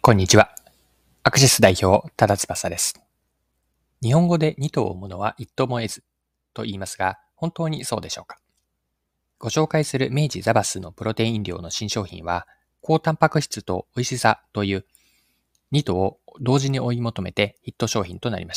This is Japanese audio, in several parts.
こんにちは。アクシス代表、多田翼です。日本語で二頭を追うものは一頭も得ずと言いますが、本当にそうでしょうか？ご紹介する明治ザバスのプロテイン飲料の新商品は、高タンパク質と美味しさという二頭を同時に追い求めてヒット商品となりました。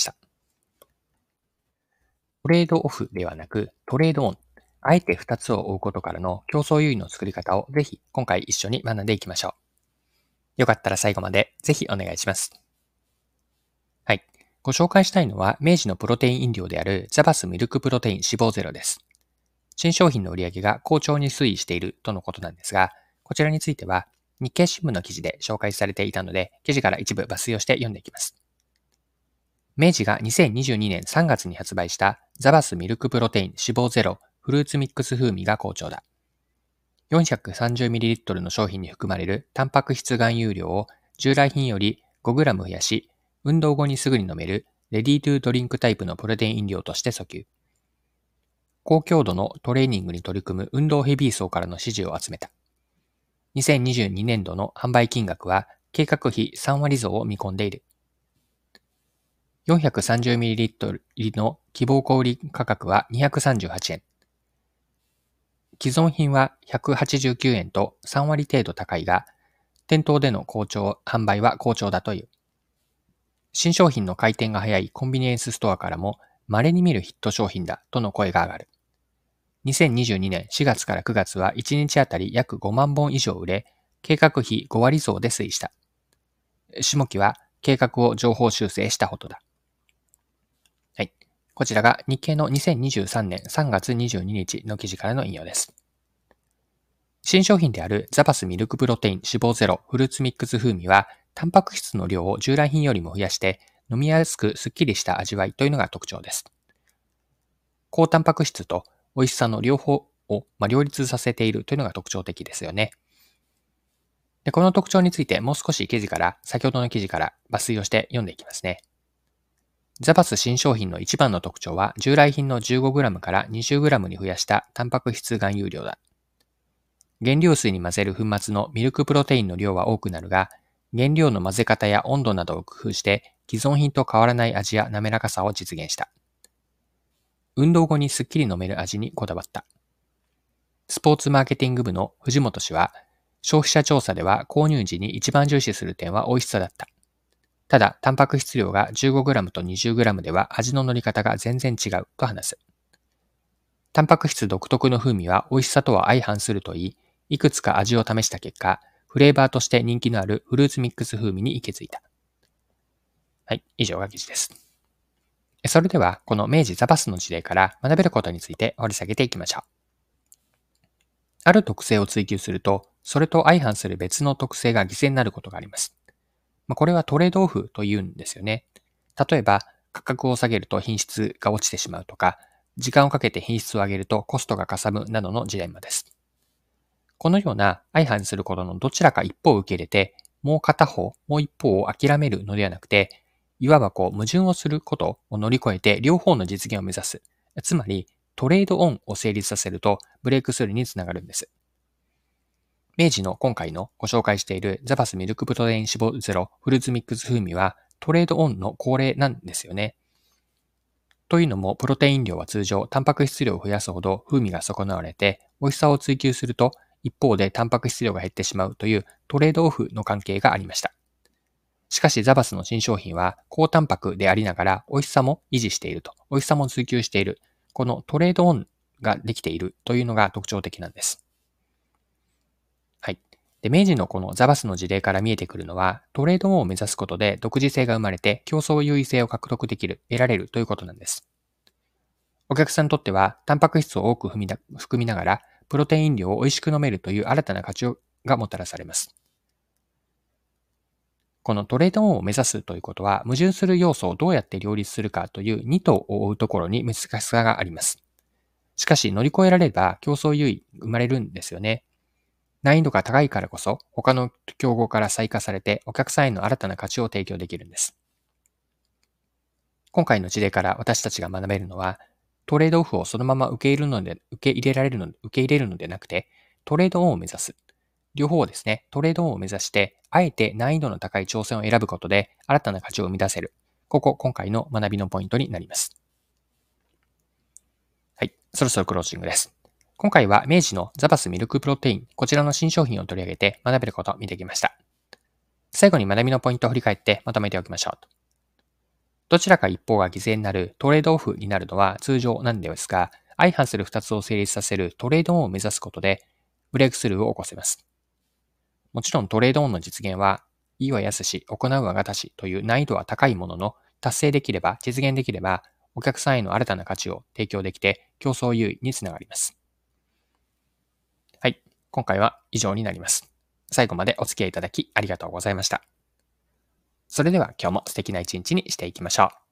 トレードオフではなくトレードオン。あえて二つを追うことからの競争優位の作り方をぜひ今回一緒に学んでいきましょう。よかったら最後までぜひお願いします。はい。ご紹介したいのは、明治のプロテイン飲料であるザバスミルクプロテイン脂肪ゼロです。新商品の売り上げが好調に推移しているとのことなんですが、こちらについては日経新聞の記事で紹介されていたので、記事から一部抜粋をして読んでいきます。明治が2022年3月に発売したザバスミルクプロテイン脂肪ゼロフルーツミックス風味が好調だ。430ml の商品に含まれるタンパク質含有量を従来品より 5g 増やし、運動後にすぐに飲めるレディートゥドリンクタイプのプロテイン飲料として訴求。高強度のトレーニングに取り組む運動ヘビー層からの支持を集めた。2022年度の販売金額は計画比3割増を見込んでいる。430ml 入りの希望小売価格は238円。既存品は189円と3割程度高いが、店頭での販売は好調だという。新商品の回転が早いコンビニエンスストアからも稀に見るヒット商品だとの声が上がる。2022年4月から9月は1日あたり約5万本以上売れ、計画比5割増で推移した。下期は計画を上方修正したほどだ。はい。こちらが日経の2023年3月22日の記事からの引用です。新商品であるザバスミルクプロテイン脂肪ゼロフルーツミックス風味は、タンパク質の量を従来品よりも増やして飲みやすくすっきりした味わいというのが特徴です。高タンパク質と美味しさの両方を両立させているというのが特徴的ですよね。で、この特徴についてもう少し先ほどの記事から抜粋をして読んでいきますね。ザバス新商品の一番の特徴は従来品の 15g から 20g に増やしたタンパク質含有量だ。原料水に混ぜる粉末のミルクプロテインの量は多くなるが、原料の混ぜ方や温度などを工夫して既存品と変わらない味や滑らかさを実現した。運動後にすっきり飲める味にこだわった。スポーツマーケティング部の藤本氏は、消費者調査では購入時に一番重視する点は美味しさだった。ただ、タンパク質量が 15g と 20g では味の乗り方が全然違うと話す。タンパク質独特の風味は美味しさとは相反するといい、いくつか味を試した結果、フレーバーとして人気のあるフルーツミックス風味に行き着いた。はい、以上が記事です。それでは、この明治ザバスの事例から学べることについて掘り下げていきましょう。ある特性を追求すると、それと相反する別の特性が犠牲になることがあります。これはトレードオフというんですよね。例えば、価格を下げると品質が落ちてしまうとか、時間をかけて品質を上げるとコストがかさむなどのジレンマです。このような相反することのどちらか一方を受け入れて、もう一方を諦めるのではなくて、いわば矛盾をすることを乗り越えて両方の実現を目指す。つまり、トレードオンを成立させるとブレイクスルーにつながるんです。明治の今回のご紹介しているザバスミルクプロテイン脂肪ゼロフルーツミックス風味はトレードオンの恒例なんですよね。というのも、プロテイン量は通常、タンパク質量を増やすほど風味が損なわれて、美味しさを追求すると、一方でタンパク質量が減ってしまうというトレードオフの関係がありました。しかし、ザバスの新商品は、高タンパクでありながら、美味しさも維持していると。美味しさも追求している。このトレードオンができているというのが特徴的なんです。はい。で、明治のこのザバスの事例から見えてくるのは、トレードオンを目指すことで独自性が生まれて競争優位性を獲得できる、得られるということなんです。お客さんにとっては、タンパク質を多く含みながら、プロテイン量を美味しく飲めるという新たな価値がもたらされます。このトレードオンを目指すということは、矛盾する要素をどうやって両立するかという2頭を追うところに難しさがあります。しかし、乗り越えられれば競争優位生まれるんですよね。難易度が高いからこそ、他の競合から採化されて、お客さんへの新たな価値を提供できるんです。今回の事例から私たちが学べるのは、トレードオフをそのまま受け入れるのでなくて、トレードオンを目指す。 両方をですね、トレードオンを目指して、あえて難易度の高い挑戦を選ぶことで、新たな価値を生み出せる。今回の学びのポイントになります。はい、そろそろクロージングです。今回は明治のザバスミルクプロテイン、こちらの新商品を取り上げて学べることを見てきました。最後に学びのポイントを振り返ってまとめておきましょう。どちらか一方が犠牲になるトレードオフになるのは通常なんですが、相反する2つを成立させるトレードオンを目指すことで、ブレイクスルーを起こせます。もちろんトレードオンの実現は、言いは易し、行うはがたしという難易度は高いものの、実現できれば、お客さんへの新たな価値を提供できて、競争優位につながります。はい、今回は以上になります。最後までお付き合いいただきありがとうございました。それでは今日も素敵な一日にしていきましょう。